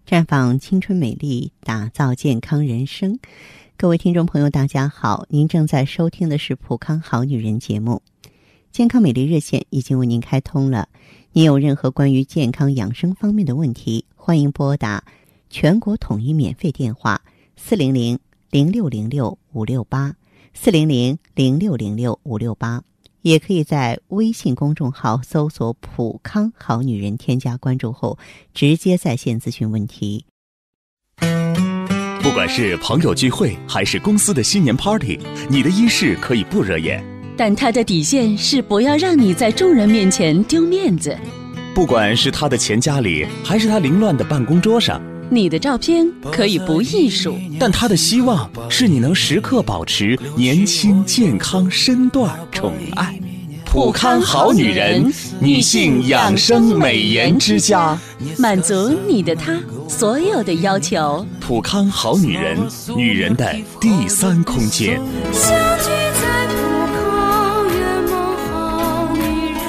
绽放青春美丽，打造健康人生。各位听众朋友大家好，您正在收听的是普康好女人节目。健康美丽热线已经为您开通了，您有任何关于健康养生方面的问题，欢迎拨打全国统一免费电话400-0606-568 400-0606-568，也可以在微信公众号搜索普康好女人，添加关注后直接在线咨询问题。 不管是朋友聚会还是公司的新年 party， 你的衣饰可以不惹眼， 但他的底线是不要让你在众人面前丢面子。 不管是他的钱夹里还是他凌乱的办公桌上， 你的照片可以不艺术， 但他的希望是你能时刻保持年轻健康身段宠爱。普康好女人，女性养生美颜之家， 满足你的他所有的要求。 普康好女人，女人的第三空间。 相聚在普康，圆梦好女人。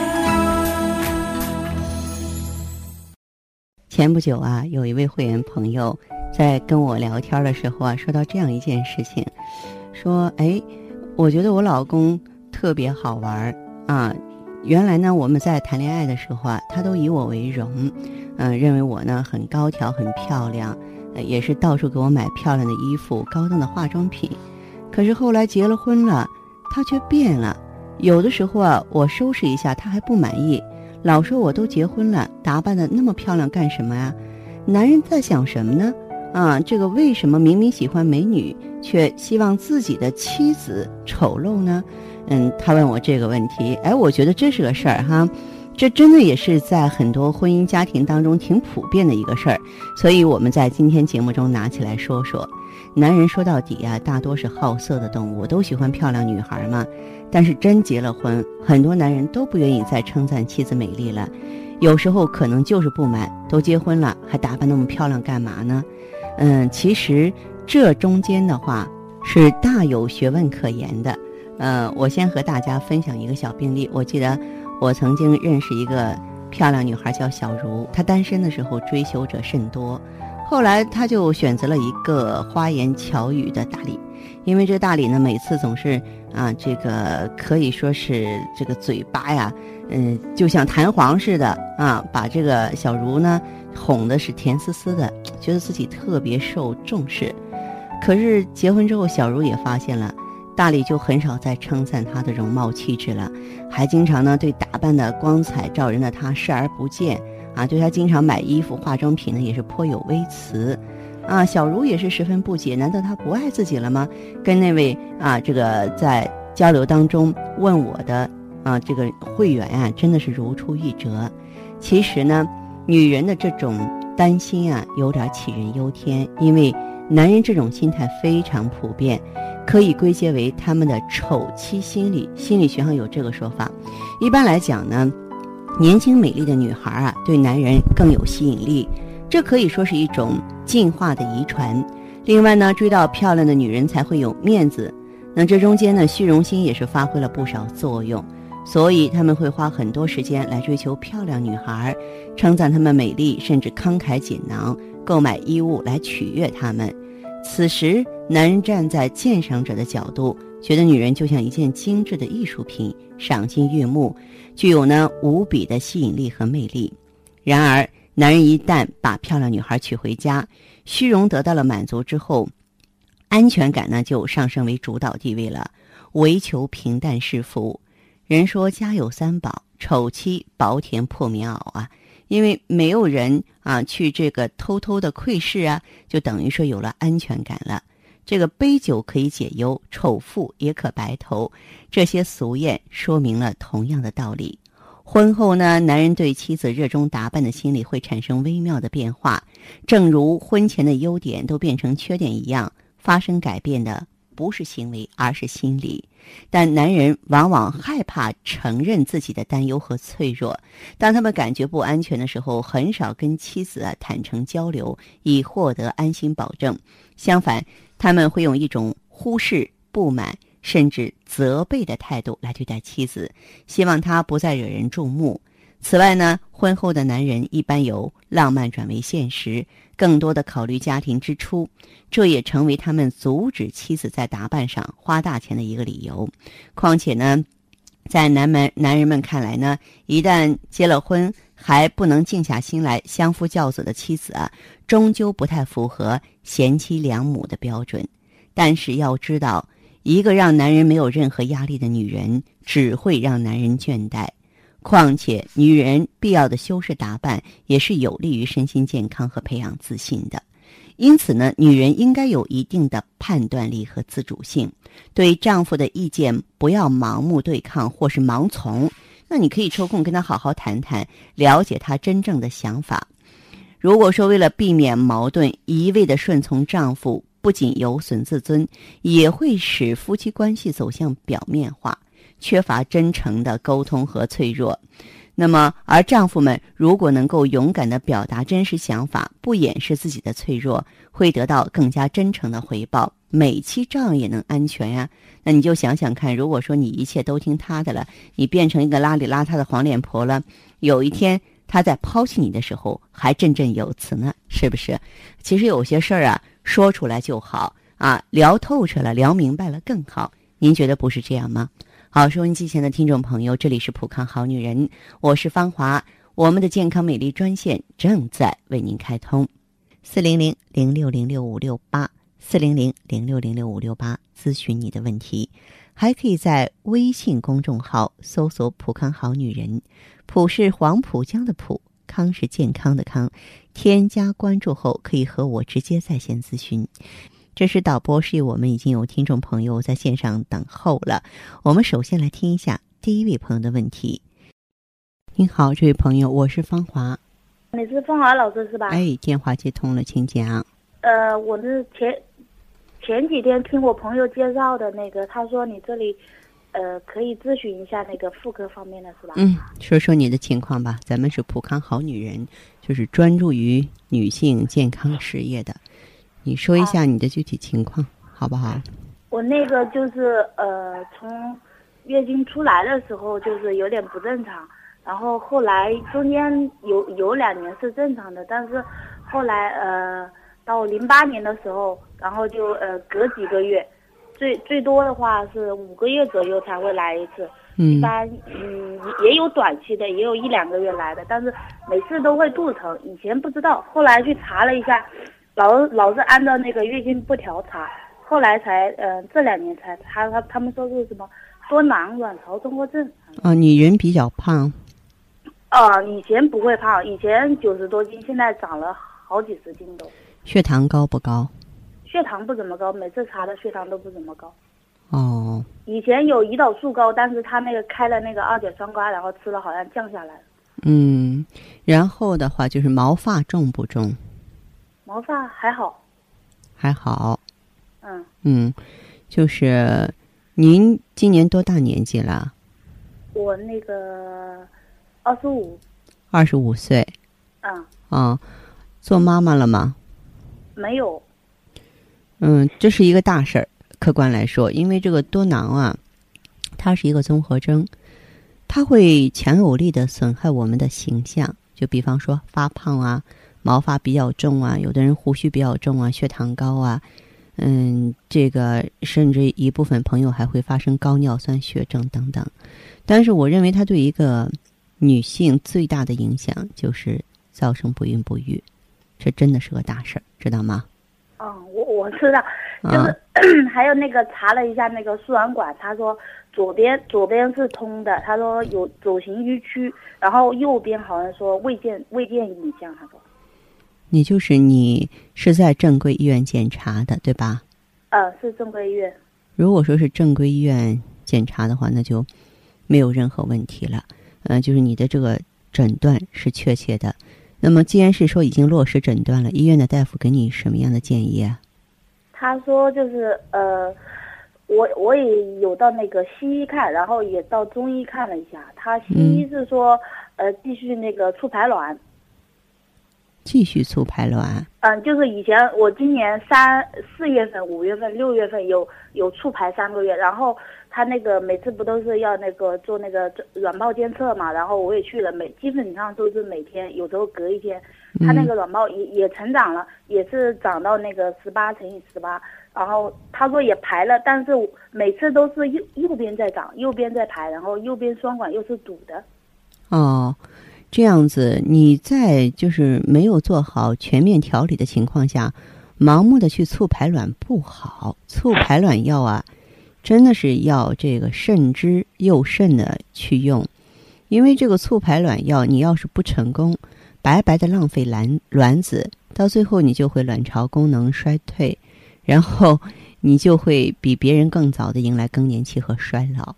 前不久啊，有一位会员朋友在跟我聊天的时候啊，说到这样一件事情，说我觉得我老公特别好玩啊。原来呢，我们在谈恋爱的时候啊，他都以我为荣，认为我呢很高挑、很漂亮，也是到处给我买漂亮的衣服、高档的化妆品。可是后来结了婚了，他却变了。有的时候啊，我收拾一下，他还不满意，老说我都结婚了，打扮得那么漂亮干什么呀？男人在想什么呢？这个为什么明明喜欢美女，却希望自己的妻子丑陋呢？他问我这个问题，我觉得这是个事儿哈，这真的也是在很多婚姻家庭当中挺普遍的一个事儿，所以我们在今天节目中拿起来说说。男人说到底啊，大多是好色的动物，都喜欢漂亮女孩嘛。但是真结了婚，很多男人都不愿意再称赞妻子美丽了，有时候可能就是不满，都结婚了还打扮那么漂亮干嘛呢？其实这中间的话是大有学问可言的。我先和大家分享一个小病例。我记得我曾经认识一个漂亮女孩叫小茹，她单身的时候追求者甚多，后来她就选择了一个花言巧语的大理，因为这大理呢每次总是这个可以说是这个嘴巴呀就像弹簧似的把这个小茹呢哄的是甜丝丝的，觉得自己特别受重视。可是结婚之后，小茹也发现了大理就很少再称赞她的容貌气质了，还经常呢对打扮的光彩照人的她视而不见对她经常买衣服化妆品呢也是颇有微词小茹也是十分不解，难道她不爱自己了吗？跟那位这个在交流当中问我的这个会员真的是如出一辙。其实呢，女人的这种担心有点杞人忧天，因为男人这种心态非常普遍，可以归结为他们的丑妻心理。心理学上有这个说法。一般来讲呢，年轻美丽的女孩对男人更有吸引力，这可以说是一种进化的遗传。另外呢，追到漂亮的女人才会有面子，那这中间呢，虚荣心也是发挥了不少作用，所以他们会花很多时间来追求漂亮女孩，称赞她们美丽，甚至慷慨解囊，购买衣物来取悦她们。此时男人站在鉴赏者的角度，觉得女人就像一件精致的艺术品，赏心悦目，具有呢无比的吸引力和魅力。然而男人一旦把漂亮女孩娶回家，虚荣得到了满足之后，安全感呢就上升为主导地位了，唯求平淡是福。人说家有三宝，丑妻薄田破棉袄因为没有人去这个偷偷的窥视就等于说有了安全感了。这个杯酒可以解忧，丑妇也可白头，这些俗谚说明了同样的道理。婚后呢，男人对妻子热衷打扮的心理会产生微妙的变化，正如婚前的优点都变成缺点一样，发生改变的不是行为，而是心理。但男人往往害怕承认自己的担忧和脆弱，当他们感觉不安全的时候，很少跟妻子坦诚交流，以获得安心保证。相反，他们会用一种忽视、不满甚至责备的态度来对待妻子，希望她不再惹人注目。此外呢，婚后的男人一般由浪漫转为现实， 更多的考虑家庭支出，这也成为他们阻止妻子在打扮上花大钱的一个理由。况且呢，在男人们看来呢，一旦结了婚还不能静下心来相夫教子的妻子啊，终究不太符合贤妻良母的标准。但是要知道，一个让男人没有任何压力的女人，只会让男人倦怠。况且，女人必要的修饰打扮也是有利于身心健康和培养自信的。因此呢，女人应该有一定的判断力和自主性，对丈夫的意见不要盲目对抗或是盲从。那你可以抽空跟他好好谈谈，了解他真正的想法。如果说为了避免矛盾，一味的顺从丈夫，不仅有损自尊，也会使夫妻关系走向表面化，缺乏真诚的沟通和脆弱。那么，而丈夫们如果能够勇敢地表达真实想法，不掩饰自己的脆弱，会得到更加真诚的回报，美妻照样也能安全呀。那你就想想看，如果说你一切都听他的了，你变成一个邋里邋遢的黄脸婆了，有一天他在抛弃你的时候还振振有词呢，是不是？其实有些事儿啊，说出来就好啊，聊透彻了，聊明白了更好。您觉得不是这样吗？好，收音机前的听众朋友，这里是普康好女人，我是芳华，我们的健康美丽专线正在为您开通，400-0606-568，400-0606-568，咨询你的问题。还可以在微信公众号搜索普康好女人，普是黄浦江的浦，康是健康的康，添加关注后可以和我直接在线咨询。这是导播示意我们已经有听众朋友在线上等候了。我们首先来听一下第一位朋友的问题。您好，这位朋友，我是芳华。 你是芳华老师是吧？ 哎，电话接通了，请讲。 我是前几天听我朋友介绍的那个，他说你这里可以咨询一下那个妇科方面的是吧？ 说说你的情况吧。咱们是普康好女人，就是专注于女性健康事业的。你说一下你的具体情况，好不好？ 我那个就是从月经出来的时候就是有点不正常，然后后来中间有2年是正常的，但是后来到08年的时候，然后就隔几个月，最多的话是5个月左右才会来一次。一般也有短期的，也有1-2个月来的，但是每次都会肚疼。以前不知道，后来去查了一下。老是按照那个月经不调查，后来才这2年才他们说是什么多囊卵巢综合症。 你人比较胖。 以前不会胖，以前90多斤，现在长了好几十斤都。 血糖高不高？ 血糖不怎么高，每次查的血糖都不怎么高。以前有胰岛素高，但是他那个开了那个2甲双胍，然后吃了好像降下来了。 然后的话就是毛发重不重？ 毛发还好。 还好。就是您今年多大年纪了？ 我那个25。 25岁。做妈妈了吗？ 没有。 这是一个大事儿，客观来说，因为这个多囊啊，它是一个综合征，它会强有力的损害我们的形象，就比方说发胖啊，毛发比较重啊，有的人胡须比较重啊，血糖高啊，这个甚至一部分朋友还会发生高尿酸血症等等。但是我认为它对一个女性最大的影响就是造成不孕不育，这真的是个大事儿，知道吗？ 我知道，就是还有那个查了一下那个输卵管，他说左边是通的，他说有左行淤区，然后右边好像说未见影像，他说。 你是在正规医院检查的，对吧？ 是正规医院。 如果说是正规医院检查的话，那就没有任何问题了。就是你的这个诊断是确切的。那么既然是说已经落实诊断了，医院的大夫给你什么样的建议啊？ 他说就是我也有到那个西医看，然后也到中医看了一下，他西医是说继续那个促排卵。 继续促排卵。 就是以前我今年4月份、5月份、6月份有促排3个月，然后他那个每次不都是要那个做那个卵泡监测嘛，然后我也去了，基本上都是每天，有时候隔一天， 它那个卵泡也成长了，也是长到那个18×18，然后他说也排了，但是每次都是右边在长，右边在排，然后右边双管又是堵的。 哦，这样子，你在就是没有做好全面调理的情况下，盲目的去促排卵不好。促排卵药啊，真的是要这个慎之又慎的去用，因为这个促排卵药，你要是不成功，白白的浪费卵子，到最后你就会卵巢功能衰退，然后你就会比别人更早的迎来更年期和衰老。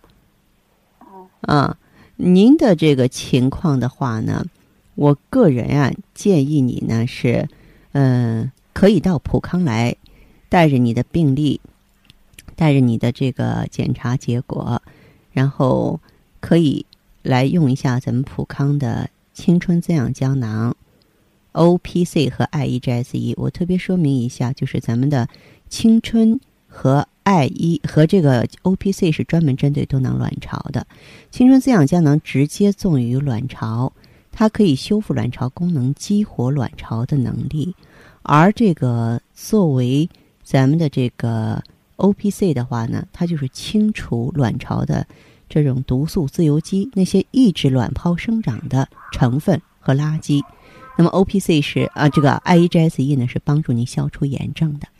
您的这个情况的话呢，我个人啊建议你呢是，可以到普康来，带着你的病历，带着你的这个检查结果，然后可以来用一下咱们普康的青春滋养胶囊 OPC 和 IEGS-1。我特别说明一下，就是咱们的青春和IE 和这个 OPC 是专门针对多囊卵巢的。青春滋养胶囊直接纵于卵巢，它可以修复卵巢功能，激活卵巢的能力。而这个作为咱们的这个 OPC 的话呢，它就是清除卵巢的这种毒素自由基，那些抑制卵泡生长的成分和垃圾。那么 OPC 是这个 IEGS-1 呢是帮助你消除炎症的。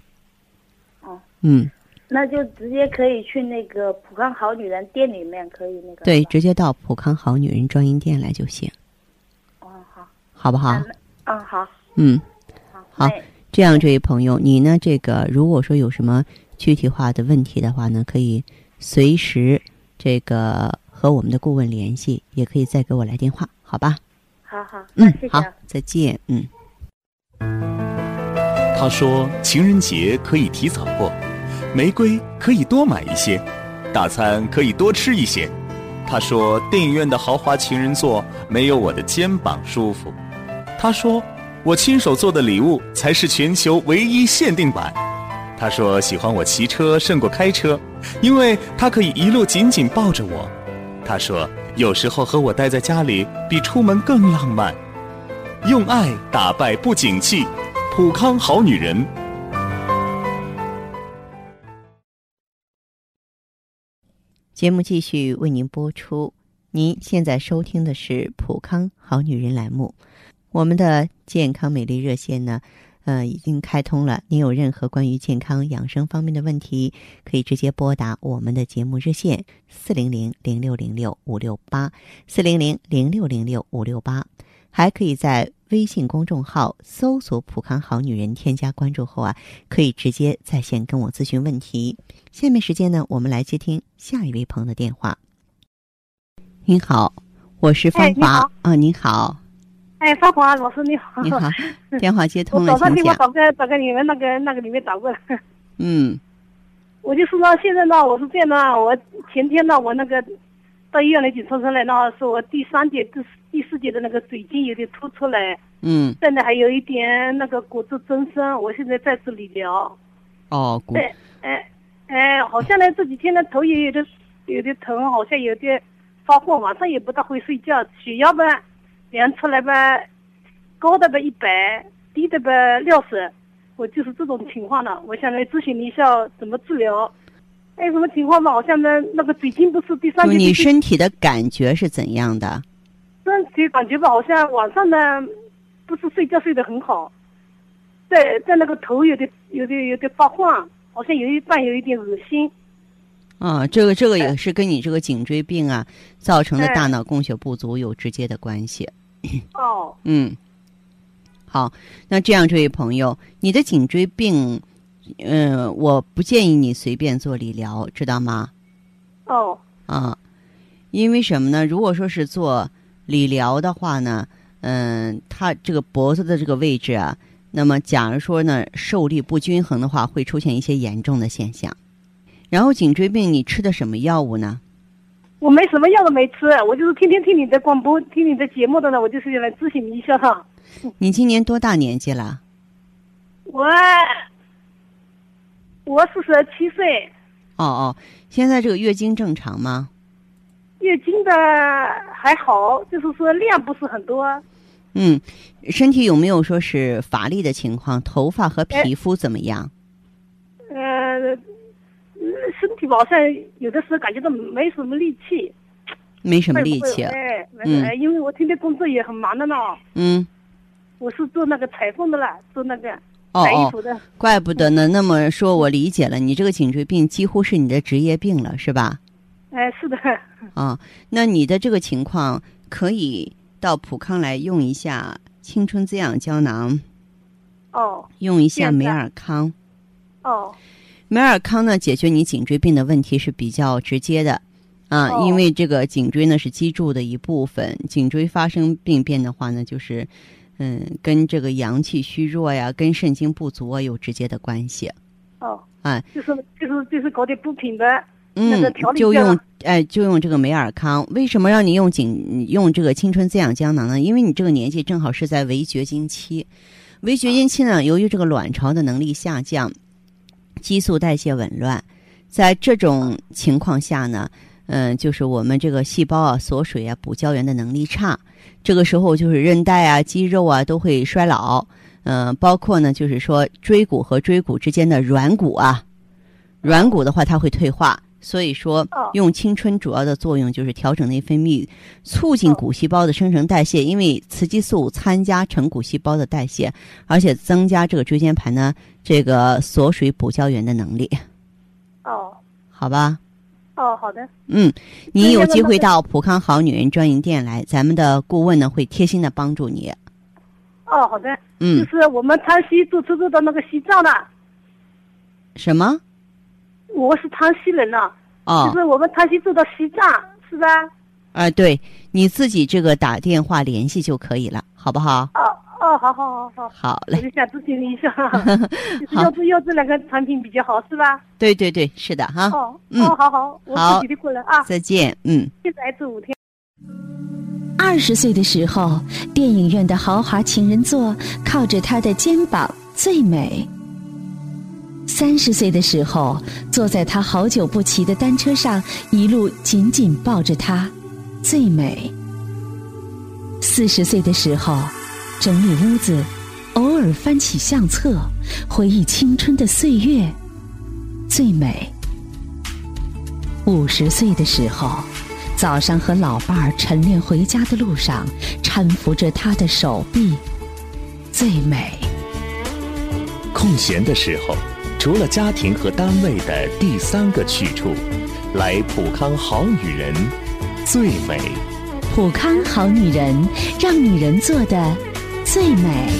那就直接可以去那个普康好女人店里面可以那个。 对，直接到普康好女人专营店来就行。 好， 好不好？ 好。 好，这样这位朋友，你呢这个如果说有什么具体化的问题的话呢，可以随时这个和我们的顾问联系，也可以再给我来电话，好吧？ 好，谢谢。 好，再见。 他说情人节可以提早过，玫瑰可以多买一些，大餐可以多吃一些。他说电影院的豪华情人座没有我的肩膀舒服。他说我亲手做的礼物才是全球唯一限定版。他说喜欢我骑车胜过开车，因为他可以一路紧紧抱着我。他说有时候和我待在家里比出门更浪漫。用爱打败不景气，普康好女人。 节目继续为您播出，您现在收听的是普康好女人栏目。我们的健康美丽热线呢已经开通了，您有任何关于健康养生方面的问题，可以直接拨打我们的节目热线400-0606-568 400-0606-568，还可以在微信公众号搜索普康好女人，添加关注后可以直接在线跟我咨询问题。下面时间呢，我们来接听下一位朋友的电话。您好，我是芳华。您好。 芳华老师你好。 你好，电话接通了。 我早上电话找个你们那个里面找过来。 我就说现在呢，我是这样的，我前天呢，我那个到医院里检测出来呢，是我第3节、第4节的那个嘴筋有点凸出来。现在还有一点那个骨质增生，我现在在做理疗。对，好像呢这几天的头也有点疼，好像有点发火，晚上也不大会睡觉，血压吧量出来吧，高的吧100，低的吧60，我就是这种情况了。我想来咨询你一下怎么治疗。什么情况吧？好像那个嘴筋不是第3节。 你身体的感觉是怎样的？ 身体感觉吧，好像晚上呢不是睡觉睡得很好，在那个头有点发晃，好像有一半有一点恶心。 这个也是跟你这个颈椎病造成的大脑供血不足有直接的关系。好，那这样这位朋友，你的颈椎病我不建议你随便做理疗，知道吗？因为什么呢？如果说是做理疗的话呢，它这个脖子的这个位置那么假如说呢受力不均衡的话，会出现一些严重的现象。然后颈椎病你吃的什么药物呢？ 我没什么药都没吃，我就是天天听你的广播，听你的节目的呢，我就是来咨询一下哈。 你今年多大年纪了？ 我47岁。 现在这个月经正常吗？ 月经的还好，就是说量不是很多。 身体有没有说是乏力的情况？头发和皮肤怎么样？ 身体好像有的时候感觉到没什么力气。 没什么力气。 因为我天天工作也很忙的呢。我是做那个裁缝的啦，做那个裁衣服的。 怪不得呢。那么说我理解了，你这个颈椎病几乎是你的职业病了，是吧？ 是的。 那你的这个情况可以到普康来用一下青春滋养胶囊。用一下美尔康。美尔康呢，解决你颈椎病的问题是比较直接的。因为这个颈椎呢是脊柱的一部分，颈椎发生病变的话呢，就是跟这个阳气虚弱呀，跟肾精不足啊有直接的关系。 就是搞点补品的那个调理就用这个美尔康。为什么让你用这个青春滋养胶囊呢？因为你这个年纪正好是在围绝经期。围绝经期呢，由于这个卵巢的能力下降，激素代谢紊乱，在这种情况下呢，就是我们这个细胞锁水补胶原的能力差，这个时候就是韧带肌肉都会衰老，包括呢就是说椎骨和椎骨之间的软骨软骨的话它会退化，所以说用青春主要的作用就是调整内分泌，促进骨细胞的生成代谢，因为雌激素参加成骨细胞的代谢，而且增加这个椎间盘呢这个锁水补胶原的能力。好吧。 好的。 你有机会到普康好女人专营店来，咱们的顾问呢会贴心的帮助你。 好的。就是我们塘西坐车坐到那个西藏的。 什么？ 我是塘西人呢。就是我们塘西坐到西藏，是吧？ 对，你自己这个打电话联系就可以了，好不好？ 好。 好嘞。 我就想咨询一下，就是要这两个产品比较好，是吧？ 对，是的哈。 好，我自己的过来再见。 现在这5天。 20岁的时候，电影院的豪华情人座靠着他的肩膀最美。30岁的时候，坐在他好久不骑的单车上，一路紧紧抱着他最美。40岁的时候，整理屋子，偶尔翻起相册，回忆青春的岁月最美。50岁的时候，早上和老伴儿晨练回家的路上，搀扶着他的手臂最美。 空闲的时候，除了家庭和单位的第3个去处，来普康好女人最美。 普康好女人，让女人做的最美。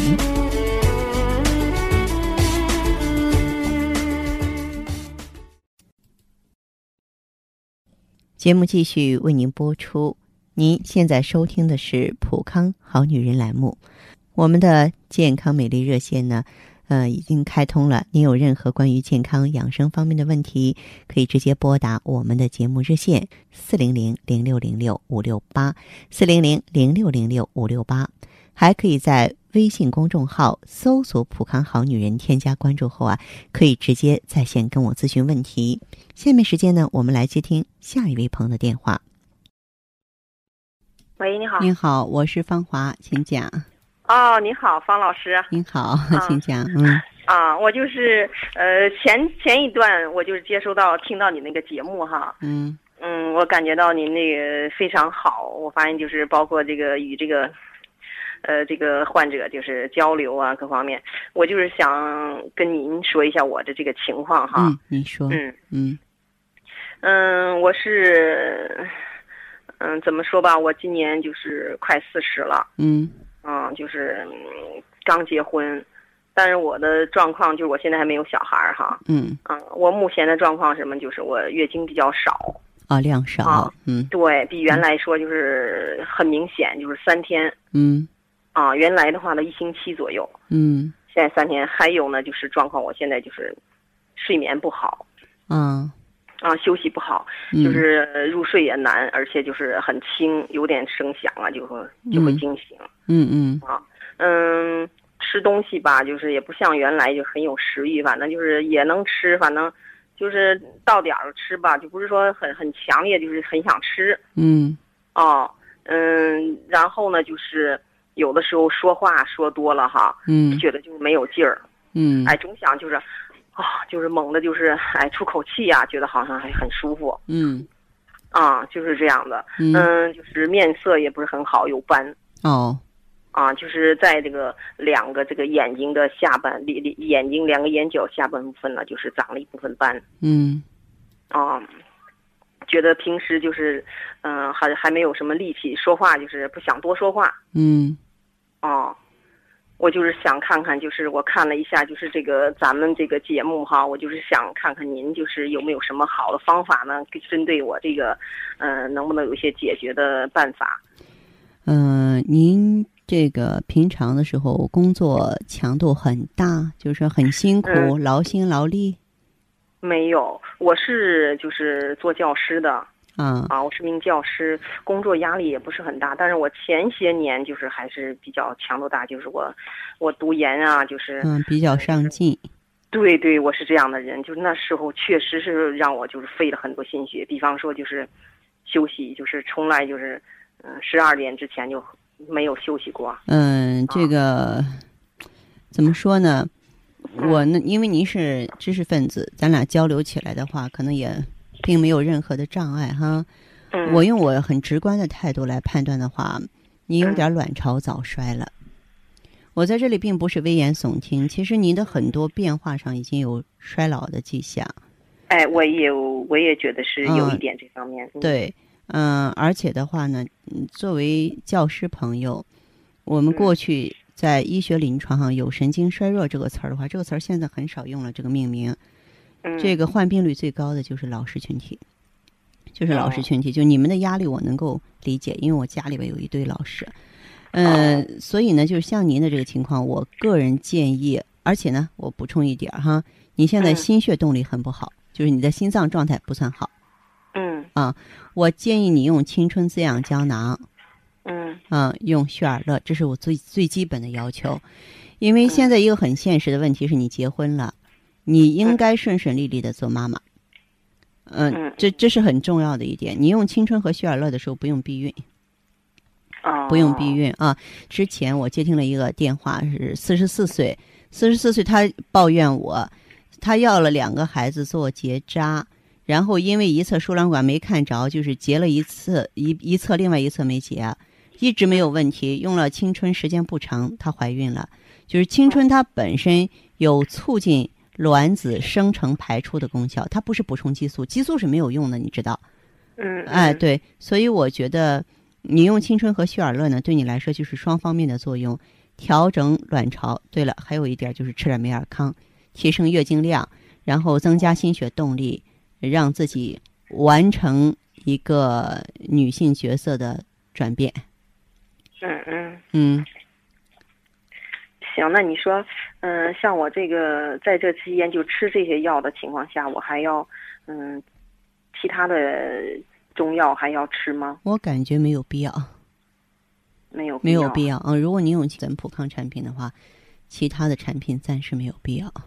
节目继续为您播出。您现在收听的是普康好女人栏目，我们的健康美丽热线呢已经开通了。您有任何关于健康养生方面的问题，可以直接拨打我们的节目热线400-0606-568 400-0606-568，还可以在微信公众号搜索普康好女人，添加关注后可以直接在线跟我咨询问题。下面时间呢，我们来接听下一位朋友的电话。 喂，你好。 您好，我是芳华，请讲。 你好，方老师。 您好，请讲。 我就是前一段我就是听到你那个节目哈。我感觉到您那个非常好，我发现就是包括这个与这个患者就是交流各方面，我就是想跟您说一下我的这个情况哈。 您说。 我是怎么说吧，我今年就是快40了。就是刚结婚，但是我的状况就是我现在还没有小孩哈。我目前的状况什么，就是我月经比较少。 量少。 对，比原来说就是很明显，就是3天。原来的话呢1星期左右。现在3天。还有呢，就是状况，我现在就是睡眠不好。休息不好，就是入睡也难，而且就是很轻，有点声响就会惊醒。吃东西吧，就是也不像原来就很有食欲，反正就是也能吃，反正就是到点儿吃吧，就不是说很强烈，就是很想吃。然后呢，就是有的时候说话说多了哈，觉得就是没有劲儿，总想就是就是猛的，就是出口气呀，觉得好像还很舒服，就是这样的，就是面色也不是很好，有斑，就是在这个两个这个眼睛的下半眼睛两个眼角下半部分呢，就是长了一部分斑，觉得平时就是还没有什么力气说话，就是不想多说话，我就是想看看，就是我看了一下，就是这个咱们这个节目哈，我就是想看看您就是有没有什么好的方法呢，针对我这个能不能有一些解决的办法？ 您这个平常的时候工作强度很大，就是很辛苦，劳心劳力？ 没有，我是就是做教师的。我是名教师，工作压力也不是很大，但是我前些年就是还是比较强度大，就是我读研啊，就是比较上进。 对，我是这样的人，就是那时候确实是让我就是费了很多心血，比方说就是休息，就是从来就是12点之前就没有休息过。 这个怎么说呢？我呢，因为您是知识分子，咱俩交流起来的话，可能也并没有任何的障碍哈。我用我很直观的态度来判断的话，你有点卵巢早衰了。我在这里并不是危言耸听，其实您的很多变化上已经有衰老的迹象。 我也觉得是有一点这方面。 对，而且的话呢，作为教师朋友，我们过去在医学临床上有神经衰弱这个词儿的话，这个词儿现在很少用了，这个命名。这个患病率最高的就是老师群体，就你们的压力我能够理解，因为我家里边有一堆老师，所以呢，就像您的这个情况，我个人建议，而且呢，我补充一点哈，你现在心血动力很不好，就是你的心脏状态不算好，我建议你用青春滋养胶囊，用血尔乐，这是我最基本的要求，因为现在一个很现实的问题是你结婚了。你应该顺顺利利的做妈妈，这是很重要的一点。你用青春和血尔乐的时候不用避孕，不用避孕啊。之前我接听了一个电话，是44岁，他抱怨他要了2个孩子做结扎，然后因为一侧输卵管没看着，就是结了一侧，另外一侧没结，一直没有问题。用了青春时间不长，她怀孕了。就是青春它本身有促进卵子生成排出的功效，它不是补充激素，激素是没有用的，你知道？对，所以我觉得你用青春和血尔乐呢，对你来说就是双方面的作用，调整卵巢。对了，还有一点就是吃点美尔康，提升月经量，然后增加心血动力，让自己完成一个女性角色的转变。 行，那你说，像我这个在这期间就吃这些药的情况下，我还要，其他的中药还要吃吗？ 我感觉没有必要。没有必要。如果你用咱普康产品的话，其他的产品暂时没有必要。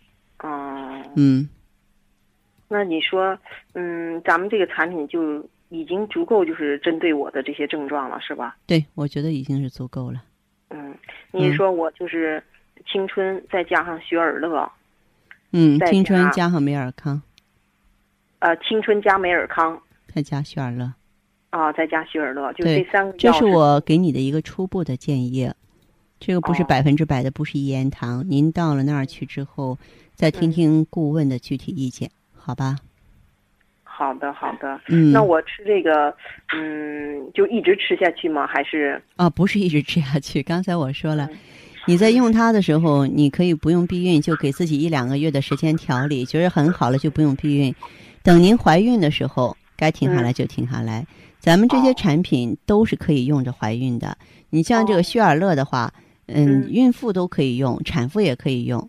那你说，咱们这个产品就已经足够，就是针对我的这些症状了，是吧？ 对，我觉得已经是足够了。 你说我就是青春再加上血尔乐， 青春加上美尔康， 青春加美尔康， 再加血尔乐， 再加血尔乐，就这3个药。 这是我给你的一个初步的建议，这个不是100%的，不是一言堂。您到了那儿去之后，再听听顾问的具体意见，好吧？ 好的。那我吃这个，就一直吃下去吗？还是？ 不是一直吃下去。刚才我说了，你在用它的时候，你可以不用避孕，就给自己1-2个月的时间调理，觉得很好了就不用避孕。等您怀孕的时候，该停下来就停下来。咱们这些产品都是可以用着怀孕的。你像这个血尔乐的话，孕妇都可以用，产妇也可以用。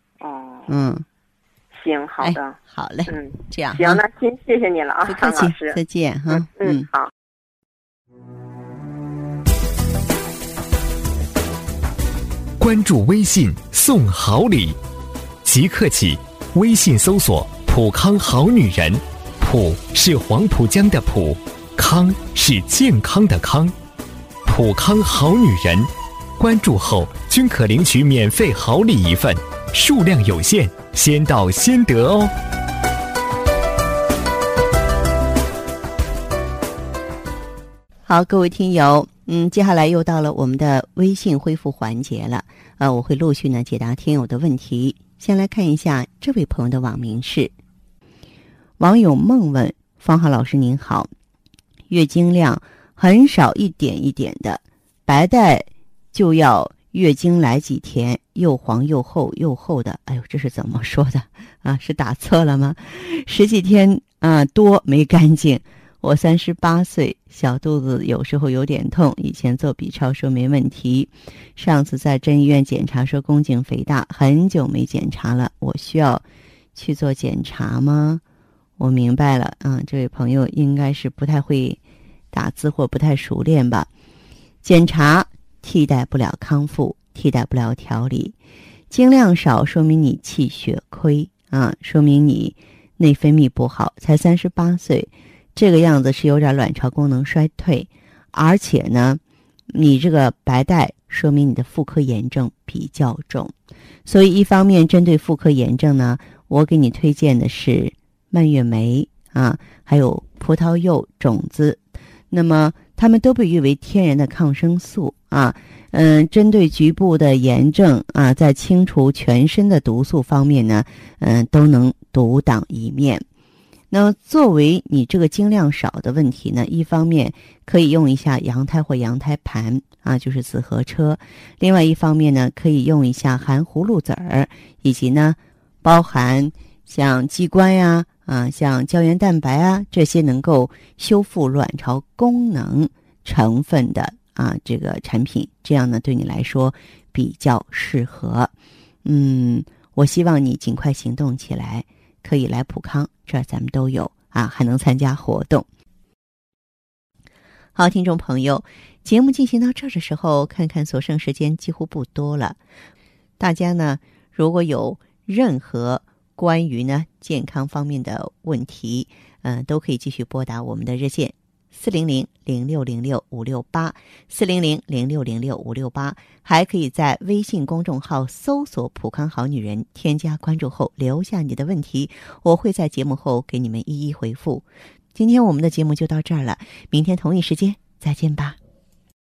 行，好的， 好嘞，这样行，那先谢谢你了啊， 不客气，再见哈， 好。 关注微信送好礼，即刻起微信搜索普康好女人，普是黄浦江的普，康是健康的康，普康好女人， 关注后均可领取免费好礼一份，数量有限，先到先得哦。 好，各位听友，接下来又到了我们的微信恢复环节了。我会陆续呢解答听友的问题。先来看一下这位朋友的网名是网友梦问：方浩老师您好，月经量很少，一点一点的，白带就要月经来几天，又黄又厚又厚的。哎呦，这是怎么说的啊？是打错了吗？10几天多没干净。我38岁，小肚子有时候有点痛，以前做 B 超说没问题，上次在镇医院检查说宫颈肥大，很久没检查了，我需要去做检查吗？我明白了，这位朋友应该是不太会打字或不太熟练吧。检查替代不了康复，替代不了调理，经量少说明你气血亏说明你内分泌不好，才38岁。这个样子是有点卵巢功能衰退，而且呢，你这个白带说明你的妇科炎症比较重，所以一方面针对妇科炎症呢，我给你推荐的是蔓越莓还有葡萄柚种子，那么它们都被誉为天然的抗生素针对局部的炎症在清除全身的毒素方面呢，都能独当一面。那作为你这个经量少的问题呢，一方面可以用一下羊胎或羊胎盘就是紫河车，另外一方面呢，可以用一下含葫芦籽儿，以及呢包含像鸡冠呀像胶原蛋白这些能够修复卵巢功能成分的这个产品，这样呢对你来说比较适合。我希望你尽快行动起来，可以来普康，这儿咱们都有还能参加活动。好，听众朋友，节目进行到这儿的时候，看看所剩时间几乎不多了。大家呢，如果有任何关于呢健康方面的问题，都可以继续拨打我们的热线400-0606-568，400-0606-568，还可以在微信公众号搜索普康好女人，添加关注后留下你的问题，我会在节目后给你们一一回复。今天我们的节目就到这儿了，明天同一时间再见吧。